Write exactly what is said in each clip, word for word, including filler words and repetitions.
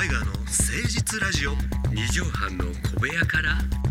岩井川の誠実ラジオ。 二畳半の小部屋から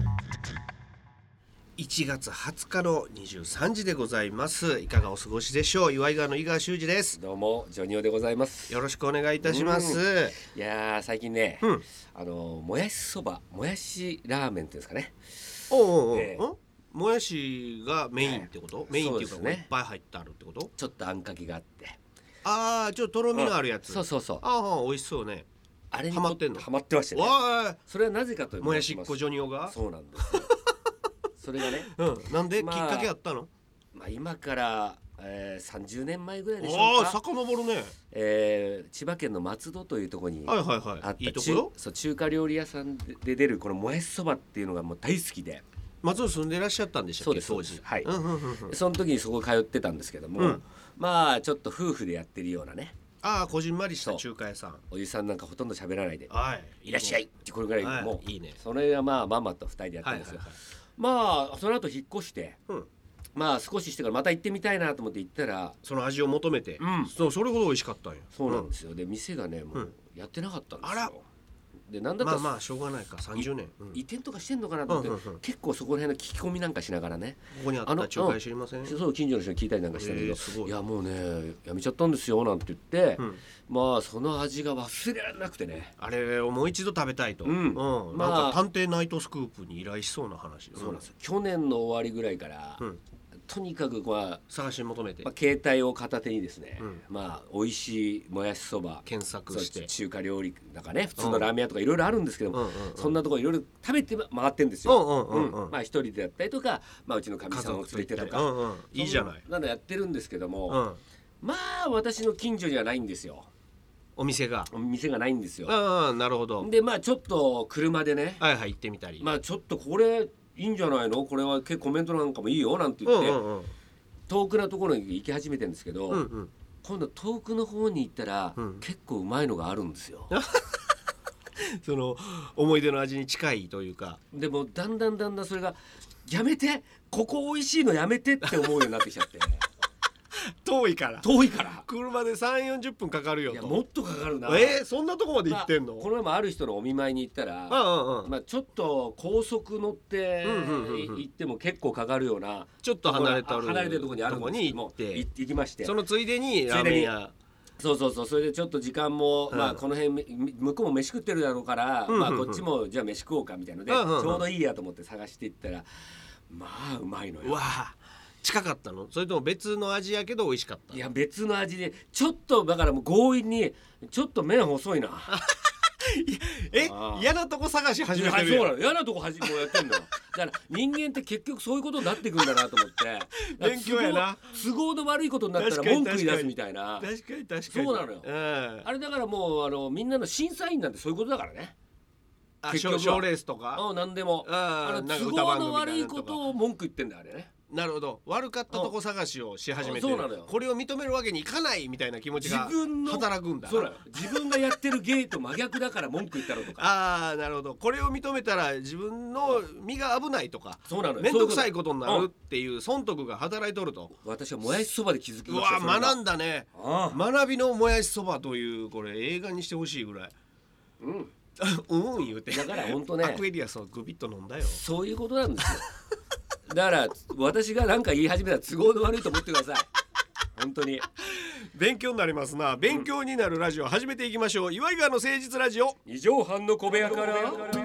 いちがつはつかのにじゅうさんじでございます。いかがお過ごしでしょう。岩井川の井川修司です。 どうもジョニオでございます。 よろしくお願いいたします。 いやー最近ね、 うん、 あのもやしそばもやしラーメンっていうんですかね。 おうおうおう、 えーんもやしがメインってこと、 はいメインっていうかそうですねいっぱい入ってあるってこと。 ちょっとあんかけがあって、 ああ、ちょっととろみのあるやつ、 そうそうそう、 ああ美味しそうね。 あれにハマってんの。 ハマってましてね。 わーい、 それはなぜかというともやしっこジョニオが。 そうなんですよそれがね、 うん、なんで、 まあきっかけあったの。 まあ、今から、えー、さんじゅうねんまえぐらいでしょああうか。 遡るね。 えー、千葉県の松戸というところにはいはいはい、 あったいいところ。 中そう中華料理屋さんで出るこのもやしそばっていうのがもう大好きで、 松戸住んでいらっしゃったんでしたっけ。 そうです当時。 はい、 うんうんうんうん、 その時にそこ通ってたんですけども、 うん、 まあちょっと夫婦でやってるようなね、 ああこじんまりした中華屋さん。 おじさんなんかほとんど喋らないで、 はいいらっしゃいってこれぐらい、 はい、 もういいね。 それがまあママとふたりでやったんですよ、 はいはいはい、 まあその後引っ越して、 うん、 まあ少ししてからまた行ってみたいなと思って行ったら、 その味を求めて、 うん、 そうそれほど美味しかったんや。 そうなんですよ、うん、で店がねもうやってなかったんですよ、 あら。 でなんだったらまあまあしょうがないか、さんじゅうねん、うん、 移転とかしてんのかなと思って、うんうんうん、結構そこら辺の聞き込みなんかしながらね、 ここにあった中華屋知りません、 そう近所の人に聞いたりなんかしたんだけど、えー、 いやもうねやめちゃったんですよなんて言って、うん、まあその味が忘れられなくてね、 あれをもう一度食べたいと、 うんうん、まあ、なんか探偵ナイトスクープに依頼しそうな話、 そうなんですよ、去年の終わりぐらいから、うん、とにかく、まあ、 探し求めて、 まあ、携帯を片手にですね、うん、まあ美味しいもやしそば検索して中華料理なんかね普通のラーメン屋とかいろいろあるんですけども、うんうんうん、そんなところいろいろ食べて回ってんですよ、うんうんうんうん、まあ一人でやったりとか、まあ、うちのかみさんを連れてとか、 うんうん、いいじゃないなのやってるんですけども、うん、まあ私の近所にはないんですよ、 お店がお店がないんですよ。 ああなるほど。 でまあちょっと車でね、 はいはい行ってみたり、 まあちょっとこれいいんじゃないの、これは結構コメントなんかもいいよなんて言って、うんうんうん、遠くのところに行き始めてるんですけど、うんうん、今度遠くの方に行ったら、うん、結構うまいのがあるんですよその思い出の味に近いというか。 でもだんだんだんだんそれがやめて、ここ美味しいのやめてって思うようになってきちゃって遠いから遠いから車でさんじゅうよんじゅっぷんかかるよと。 いやもっとかかるな。 えー、そんなとこまで行ってんの、 まあ、この前もある人のお見舞いに行ったら、 うんうんうん、 まあ、ちょっと高速乗って行っても結構かかるような、 ちょっと離れた離れてるところにあるんですけども、行ってきまして、 そのついでにラーメン屋、 そうそうそう、それでちょっと時間も、うん、まあこの辺向こうも飯食ってるだろうから、うんうんうん、まあこっちもじゃあ飯食おうかみたいなので、うんうんうん、ちょうどいいやと思って探していったら、まあうまいのよ。 うわ近かったの？それとも別の味やけど美味しかった？ いや別の味で、ちょっとだからもう強引にちょっと麺細いなえ嫌なとこ探し始めてるやん。 そうなの、嫌なとこはじもうやってんのだから人間って結局そういうことになってくんだなと思って勉強やな。 都合の悪いことになったら文句言い出すみたいな。 確かに確かにそうなのよ、うん、あれだからもうあのみんなの審査員なんてそういうことだからね。 結局賞レースとか、 うん、何でもあの都合の悪いことを文句言ってんだあれね。 なるほど、悪かったとこ探しをし始めて、 そうなのよ、 これを認めるわけにいかないみたいな気持ちが働くんだ。 そうなの、自分がやってる芸と真逆だから文句言ったのとかああなるほど、これを認めたら自分の身が危ないとか、 そうなのよ、 面倒くさいことになるっていう損得が働いとると。 私はもやしそばで気づきました。 うわ学んだね。ああ学びのもやしそばという、これ映画にしてほしいぐらい。うんうん言うて、 だから本当ね、 アクエリアスをグビッと飲んだよ。 そういうことなんですよだから私が何か言い始めたら都合の悪いと思ってください本当に勉強になりますな。勉強になるラジオ始めていきましょう。岩井川の誠実ラジオ、 二畳半の小部屋から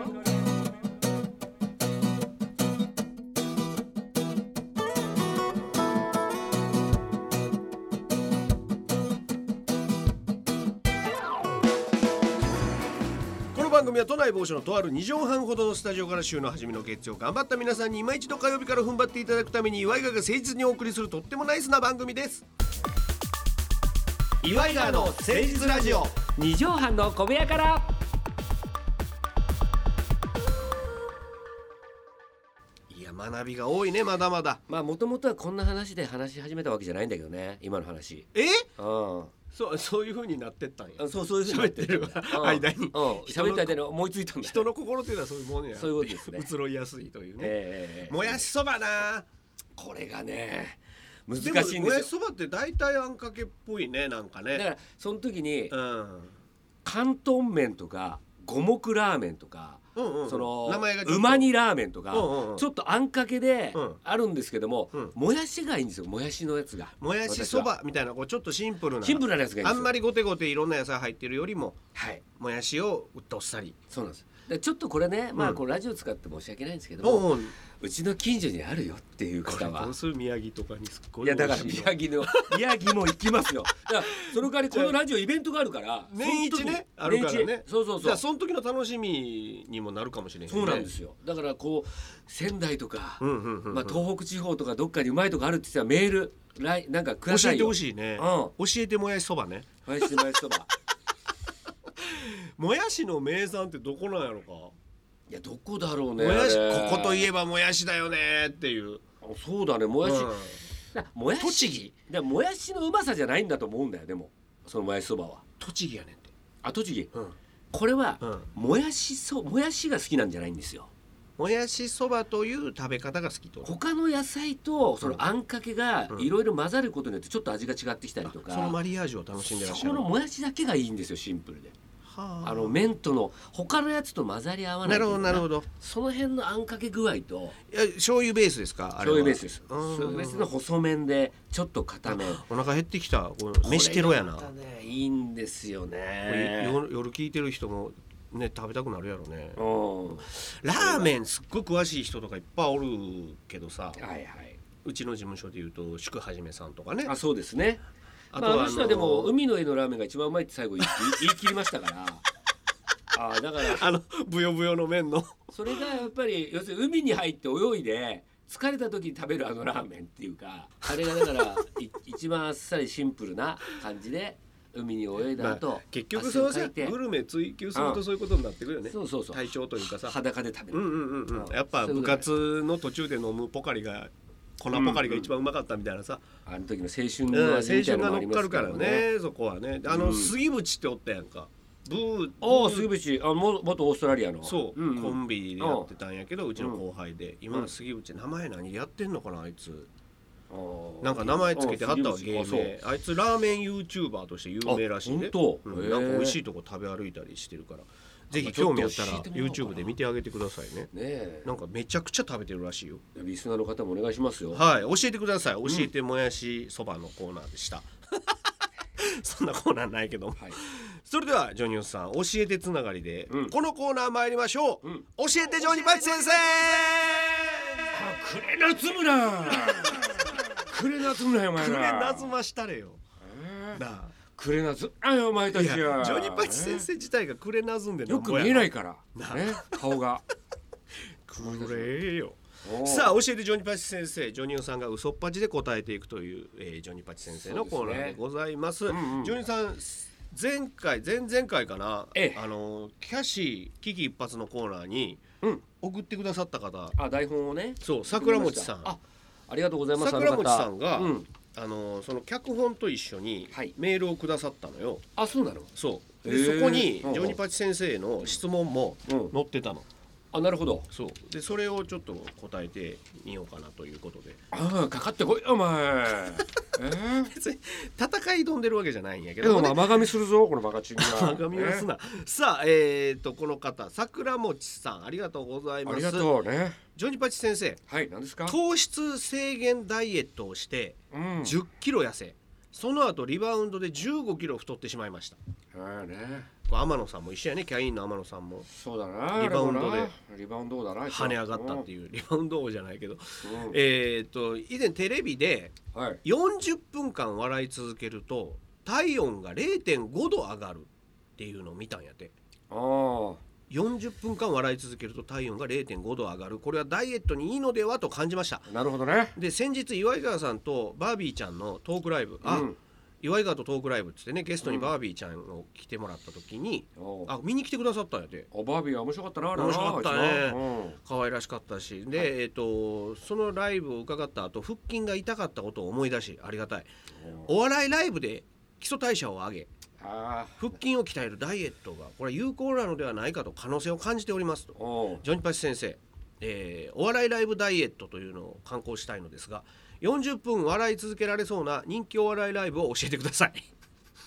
番組は都内某所のとあるにじょうはんほどのスタジオから週の初めの月曜頑張った皆さんに今一度火曜日から踏ん張っていただくために岩井川が誠実にお送りするとってもナイスな番組です。岩井川の誠実ラジオ、 にじょうはんの小部屋から。 いや学びが多いね、まだまだ。 まあもともとはこんな話で話し始めたわけじゃないんだけどね、今の話。 えうんそう、そういう風になってったんや。 そう、そういう風になってる間に喋った間に思いついたんだ。 人の心というのはそういうものや。 そういうことですね。 移ろいやすいというね、 えー、 もやしそばな、 これがね難しいんですよ。 ももやしそばって大体あんかけっぽいね、なんかね。 だからその時に、うん、考広東麺とか五目ラーメンとか、うんうんうん、その名前がうま煮ラーメンとか、うんうんうん、ちょっとあんかけであるんですけども、うん、もやしがいいんですよ。もやしのやつがもやしそばみたいなこうちょっとシンプルなシンプルなやつがいいんですよ。 あんまりゴテゴテいろんな野菜入ってるよりも、はい、もやしをどっさり。 そうなんです。でちょっとこれね、まあこうラジオ使って申し訳ないんですけども、うん、うちの近所にあるよっていう方はどうする宮城とかにすっごいいやだから宮城の宮城も行きますよ。だからその代わりこのラジオイベントがあるから年一ねあるからね。 そうそうそう。 じゃあその時の楽しみにもなるかもしれない、ね、 そうなんですよ。だからこう仙台とか、うんうんうんうん、まあ、東北地方とかどっかにうまいとこあるって言ったらメール来なんかくださいよ。 教えてほしいね、うん、教えてもやしそばね。 もやしもやしそばもやしの名産ってどこなんやろか。 いやどこだろうね。 もやしここといえばもやしだよねっていう。 そうだねもやし、うん、もやし栃木でもやしのうまさじゃないんだと思うんだよ。でもそのもやしそばは栃木やねんて。 あ栃木、うん、これは、うん、もやしそもやしが好きなんじゃないんですよ。 もやしそばという食べ方が好きと。 他の野菜とそのあんかけがいろいろ混ざることによってちょっと味が違ってきたりとか、 そのマリアージュを楽しんでらっしゃる。 そこのもやしだけがいいんですよ。シンプルで。あの麺との他のやつと混ざり合わない。 なるほどなるほど。 その辺のあんかけ具合と。 いや醤油ベースですか。あれは醤油ベースです。醤油ベースの細麺でちょっと固め。 お腹減ってきた。飯テロやな。これがまたねいいんですよね。 夜聞いてる人もね食べたくなるやろね。ラーメンすっごい詳しい人とかいっぱいおるけどさ。はいはい。うちの事務所でいうと宿はじめさんとかね。 あそうですね。あとは、まあ、あの人はでも海の家のラーメンが一番うまいって最後言い言い切りましたからあだからあのブヨブヨの麺のそれがやっぱり要するに海に入って泳いで疲れた時に食べるあのラーメンっていうかあれがだから一番あっさりシンプルな感じで海に泳いだ後、まあ、 結局そうさグルメ追求するとそういうことになってくるよね、うん、 そうそうそう体調というかさ裸で食べる、うんうんうんうん、 やっぱ部活の途中で飲むポカリが粉ポカリが一番うまかったみたいなさ、 うんうん、あの時の青春の味みたいなのもありますからね、 青春が乗っかるからねそこはね。あの、うん、杉渕っておったやんか。ブーああ杉渕あも元オーストラリアのそう、うんうん、コンビでやってたんやけどうちの後輩で、うん、今の杉渕名前何やってんのかなあいつ。あなんか名前つけてはったわ芸名。あいつラーメン YouTuber として有名らしいね。本当、うん、なんか美味しいとこ食べ歩いたりしてるからぜひ興味あったら YouTube で見てあげてください ね, ねなんかめちゃくちゃ食べてるらしいよ。 リスナーの方もお願いしますよ。 はい教えてください。教えてもやしそばのコーナーでした、うん、そんなコーナーないけど、はい、それではジョニオさん教えてつながりで、うん、このコーナー参りましょう、うん、教えてジョニパチ先生。 くれなつむなくれなつむなよお前ら。 くれなつましたれよ、 えー、なあくれなずあよお前たちはジョニパチ先生自体がくれなずんでよく見えないからね顔がくれよ。さあ教えてジョニパチ先生。ジョニオさんが嘘っぱちで答えていくという、えー、ジョニパチ先生のコーナーでございます。うんうん、ジョニさん前回前々回かな、ええ、あのキャシー危機一髪のコーナーに送ってくださった方、 あ台本をねそう桜餅さん あ, ありがとうございます。 桜餅さんが、うんあのその脚本と一緒にメールをくださったのよ、はい、 あそうなの。 そうでそこにジョニパチ先生の質問も載ってたの、 うん、あなるほど。 そうでそれをちょっと答えてみようかなということで。 ああかかってこいよお前えー、 別に戦い挑んでるわけじゃないんやけど、ね、 でも甘噛みするぞこのバカチンが甘噛みはすな、えー、さあえー、とこの方桜餅さんありがとうございます。 ありがとうね。 ジョニパチ先生、 はい何ですか。 糖質制限ダイエットをしてじゅっキロ痩せ、うん、その後リバウンドでじゅうごキロ太ってしまいました。 あね、 天野さんも一緒やね。キャインの天野さんもそうだなリバウンドでリバウンドだな跳ね上がったっていう、うん、リバウンド王じゃないけど、うん、えっと以前テレビでよんじゅっぷんかん笑い続けると体温が れいてんごど上がるっていうのを見たんやて。ああよんじゅっぷんかん笑い続けると体温が れいてんごど上がる。これはダイエットにいいのではと感じました。 なるほどね。 で先日岩井川さんとバービーちゃんのトークライブ、うん、あ岩井川とトークライブっつってねゲストにバービーちゃんを来てもらった時に、うん、あ見に来てくださったんやて。 あバービーは面白かったな。 面白かったね、うん、可愛らしかったしで、はい、えーとそのライブを伺った後腹筋が痛かったことを思い出しありがたい。お笑いライブで基礎代謝を上げあ腹筋を鍛えるダイエットがこれ有効なのではないかと可能性を感じておりますと。ジョニパチ先生、えー、お笑いライブダイエットというのを刊行したいのですがよんじゅっぷん笑い続けられそうな人気お笑いライブを教えてくださいっ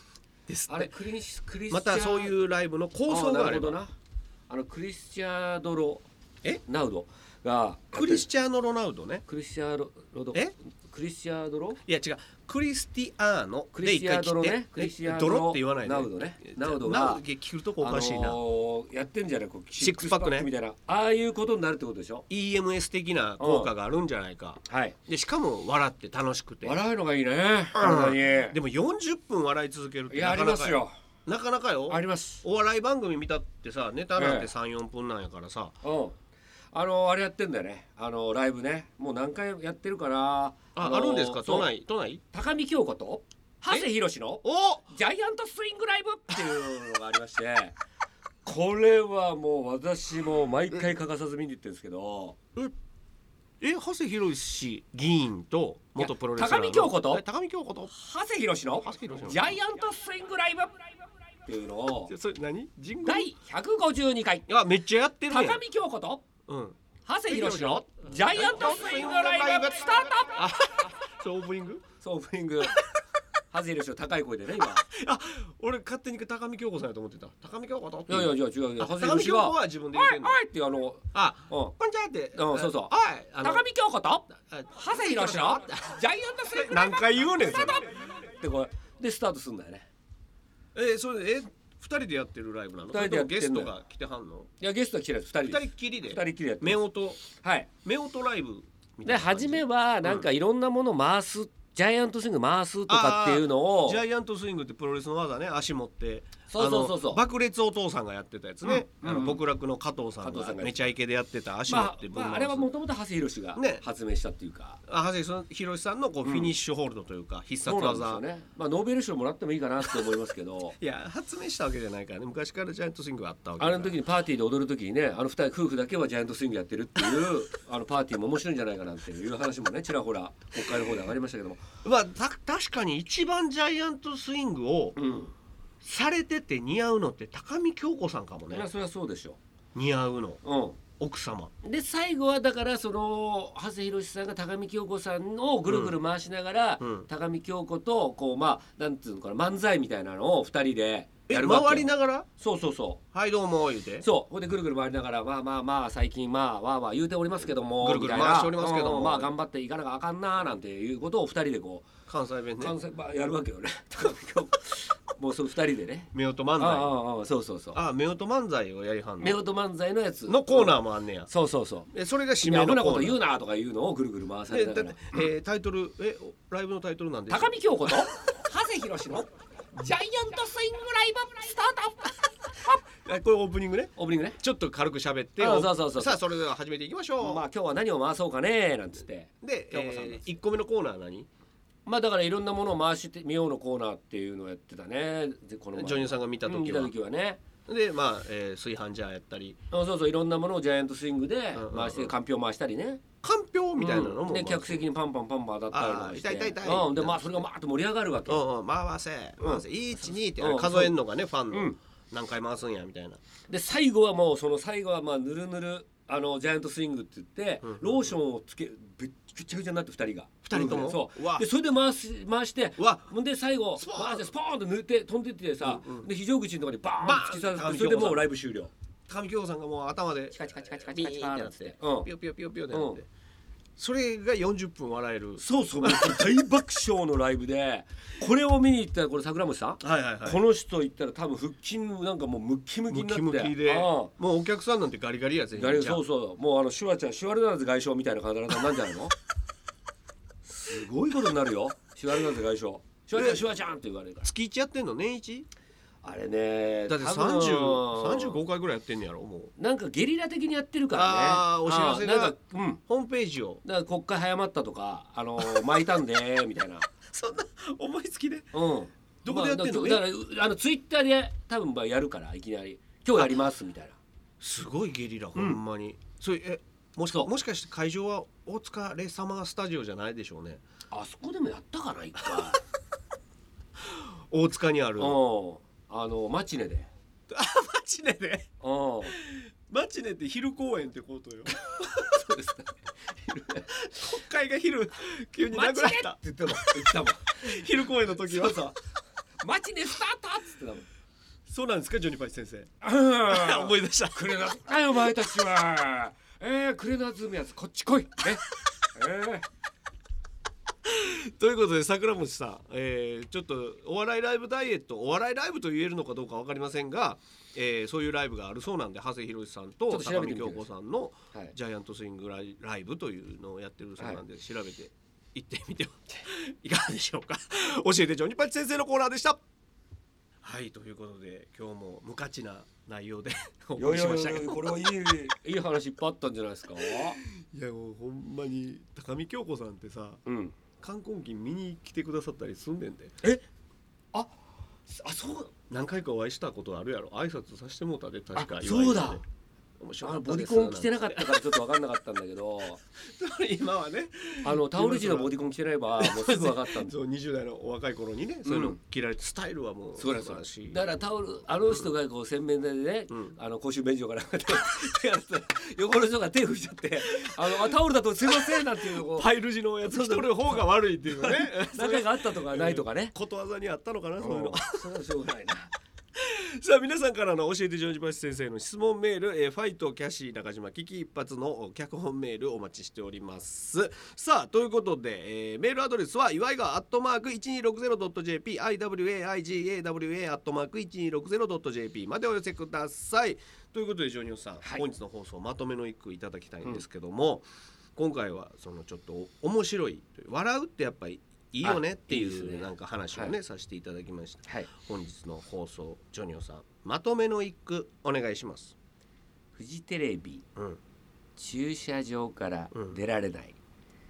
ですって。 あれクリスクリスまたそういうライブの構想があれば。 あ、なるほどな。あのクリスチャードロえナウドがクリスチャーノ・ロナウドね。 クリスチャーロドえクリスチャードロいや違うクリスティアーノクリスティアドロねクリスティアドロって言わないでナウドねナウドがが聞くとこおかしいな、 あのー、やってんじゃないこうシックスパックねみたいなああいうことになるってことでしょ。 イーエムエス 的な効果があるんじゃないか、 はい。 でしかも笑って楽しくて笑うのがいいね、体に。 でもよんじゅっぷん笑い続けるっていやなかなかありますよなかなかよ。 あります。 お笑い番組見たってさネタなんて さん,よん 分なんやからさ、 うん、あのあれやってんだよね、あのライブね、もう何回やってるから。 あ、 ああるんですか。都内都内高見京子と長谷博のおジャイアントスイングライブっていうのがありましてこれはもう私も毎回欠かさず見に行ってるんですけど、 え長谷博氏議員と元プロレスラーの高見京子と高見京子と長谷博の長谷博のジャイアントスイングライブっていうのをそれ何ジングルだいひゃくごじゅうにかいあめっちゃやってるね。 高見京子とうん長谷博のジャイアントスイングライブスタート。 そうオープニングそうオープニング長谷博の高い声でね今あ俺勝手に高見京子さんやと思ってた。高見京子といやいやいや違うよ。 長谷博がは自分で言ってんの。 はいってあのあ、 うんこんにちはって。 うんそうそうはい高見京子と長谷博のジャイアントスイングライブ何回言うねんそれでこれでスタートするんだよね。 えそれえふたりでやってるライブなの。 ふたりでやってんのゲストが来てはんの。 いやゲストは来てないです。ふたりふです。 たりっきりでふたりっきりやって目音はい目音ライブみたでいな感じ。 初めはなんかいろんなもの回す、ジャイアントスイング回すとかっていうのをジャイアントスイングってプロレスの技ね。足持ってそうそうそうそうあの爆裂お父さんがやってたやつね、 うんあの極楽の加藤さん加藤さんががめちゃイケでやってた足持まあってぶん回す、 まあ、あれはもともと長谷博がね発明したっていうか、 あ長谷博さんのこうフィニッシュホールドというか必殺そうなんです技、 よね。まあノーベル賞もらってもいいかなって思いますけどいや発明したわけじゃないからね。昔からジャイアントスイングがあったわけあだかられの時にパーティーで踊る時にねあの二人夫婦だけはジャイアントスイングやってるっていうあのパーティーも面白いんじゃないかなっていう話もねちらほら国会の方で上がりましたけども、 まあた確かに一番ジャイアントスイングをうんされてて似合うのって高見京子さんかもね。 いやそれはそうでしょ似合うのう。 奥様うんで最後はだからその長谷博さんが高見京子さんをぐるぐる回しながら、 うんうん高見京子とこうまあなんていうのかな漫才みたいなのを二人でえやるわけよ。 回りながらそうそうそうはいどうも言うてそう、ほんでぐるぐる回りながらまあまあまあ最近まあわーわー言うておりますけどもぐるぐるみたいな回しておりますけどもうんまあ頑張っていかなきゃあかんなーなんていうことを二人でこう関西弁ね関西まあやるわけよね高見京子もうその二人でね夫婦漫才ああああそうそうそうあ夫婦漫才をやりはんの夫婦漫才のやつのコーナーもあんねや。 そうそうそうえそれが締君危なめのコーナーこと言うなとか言うのをぐるぐる回されながらえだって、えータイトルえライブのタイトルなんでしょう高見京子と長谷博のジャイアントスイングライブスタートえこれオープニングね。 オープニングね。 ちょっと軽く喋ってあそうそうそうさあそれでは始めていきましょう、 まあ今日は何を回そうかねなんつってで、 京子さんですえー、いっこめのコーナー何まあだからいろんなものを回してみようのコーナーっていうのをやってたねでこの前ジョニオさんが見た時は、 うん見た時はねでまあ、えー、炊飯ジャーやったりあそうそういろんなものをジャイアントスイングでうんうんうん回してかんぴょう回したりねかんぴょうみたいなのも、 うんで客席にパンパンパンパン当たったりとかしてあー痛い痛い痛いうんでまあそれがまーっと盛り上がるわけうんうん回せ回せ、いちにってうん数えんのがねファンの、 うん何回回すんやみたいな。 で最後はもうその最後はまあぬるぬるあのジャイアントスイングって言って、 うんうんローションをつけぐっぐちゃぐちゃになってふたりがふたりともそううわでそれで回し回してうわほんで最後スポーン回してスポーンと抜いて飛んでってさ、 うんうんで非常口のところにバーンバーンと突き刺さ高見ってそれでもうライブ終了高見京子さんがもう頭でチカチカチカチカビチカチカなんつっーンってなってて、 うんピヨピヨピヨピヨってなって、 うんそれがよんじゅっぷん笑える。 そうそうもう大爆笑のライブでこれを見に行ったらこれ桜餅さん、 はいはいはいこの人行ったら多分腹筋なんかもうムッキムキになってムキムキでああもうお客さんなんてガリガリやぜ。 ガリそうそうもうあのシュワちゃんシュワルダーズ外相みたいな感じなんじゃないのすごいことになるよシュワルダーズ外相シュワちゃんシュワちゃんって言われるから月いちやってんの年いちあれねだって多分さんじゅう、さんじゅうごかいぐらいやってんねやろもう。 なんかゲリラ的にやってるからねあーお知らせがあーなんかうんホームページをだから国会早まったとかあのー巻いたんでみたいなそんな思いつきでうんどこでやってんのまあだからだからあのツイッターで多分まあやるからいきなり今日やりますみたいなすごいゲリラほんまに、それえもしかもしかして会場は大塚レサマースタジオじゃないでしょうね。 あそこでもやったかな一回大塚にあるうんあのマチネでマチネでうんマチネって昼公演ってことよそうですね国会が昼急になマチネってくなった言っても言ったもん昼公演の時はそうそうマチネスタートっつってたもん。 そうなんですかジョニパチ先生。 あ思い出した。 クレナズあお前たちはえー、クレナズムやつこっち来いねえーということで桜餅さん、えー、ちょっとお笑いライブダイエットお笑いライブと言えるのかどうか分かりませんが、えー、そういうライブがあるそうなんで長谷博さんと高見京子さんのジャイアントスイングライライブというのをやってるそうなんで、はい、調べて行ってみてはいかがでしょうか。教えてジョニパチ先生のコーナーでした。はいということで今日も無価値な内容でお送りしましたけど、 これはいいいい話いっぱいあったんじゃないですか。 いやもうほんまに高見京子さんってさ、うん冠婚金見に来てくださったりすんねんで。 えああそう何回かお会いしたことあるやろ。挨拶させてもうたで確か。 そうだ面白かったボディコン着てなかったからちょっと分かんなかったんだけど今はねあのタオル地のボディコン着てないばもうすぐ分かったんですそうにじゅう代のお若い頃にね、うん、そういうの着られてスタイルはもう素晴らしい。だからタオルあの人がこう洗面台でね、うん、あの公衆便所から手やったら横の人が手拭いちゃってあのあタオルだとすいませんなんていうのパイル地のやつ着とる方が悪いっていうね仲があったとかないとかねことわざにあったのかなそういうの。 それはしょうがないな。 さあ皆さんからの教えてジョージパチ先生の質問メール、えー、ファイトキャシー中島危機一髪の脚本メールお待ちしております。さあということで、えー、メールアドレスは祝いがアットマーク いちにろくゼロドットジェーピー アイダブリューエーアイジーエーダブリューエー アットマーク いちにろくゼロドットジェーピー までお寄せください。ということでジョニオさん、はい、本日の放送まとめの一句いただきたいんですけども、うん、今回はそのちょっと面白い笑うってやっぱりいいよねっていうなんか話をね、はい、させていただきました、はい、本日の放送ジョニオさんまとめの一句お願いします。 フジテレビ、うん、駐車場から出られない、うん、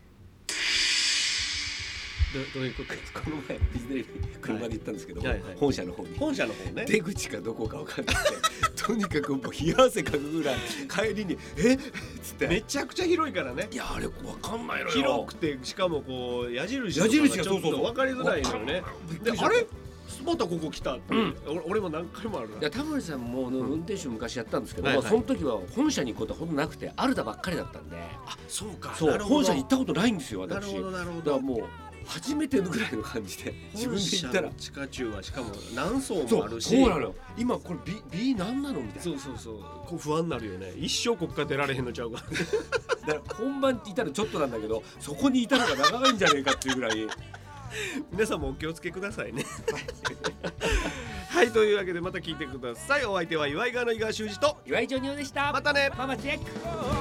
ど, どういうことですか。 この前フジテレビ車で行ったんですけど、はいはいはい、本社の方に本社の方ね出口かどこか分かんなくてとにかくもう冷や汗かくぐらい帰りにえっつってめちゃくちゃ広いからね。 いやあれ分かんないのよ。 広くてしかもこう矢印とかがちょっと分かりづらいのよね。であれまたここ来たって、うん、俺, 俺も何回もあるな。 いや田村さんも運転手昔やったんですけど、うんはいはい、その時は本社に行くことはほとんどなくてアルタばっかりだったんで。 あそうかそう本社に行ったことないんですよ私。 なるほどなるほど。 だからもう初めてのぐらいの感じで自分で行ったら本社の地下駐はしかも何層もあるしそうなのよ。今これ B, B 何なのみたいな。 そうそうそうこう不安になるよね。一生こっから出られへんのちゃうかだから本番っていたらちょっとなんだけどそこにいたのが長いんじゃねえかっていうぐらい皆さんもお気をつけくださいねはいというわけでまた聞いてください。お相手は岩井川の井川修司と岩井ジョニオでした。 またねママチェック。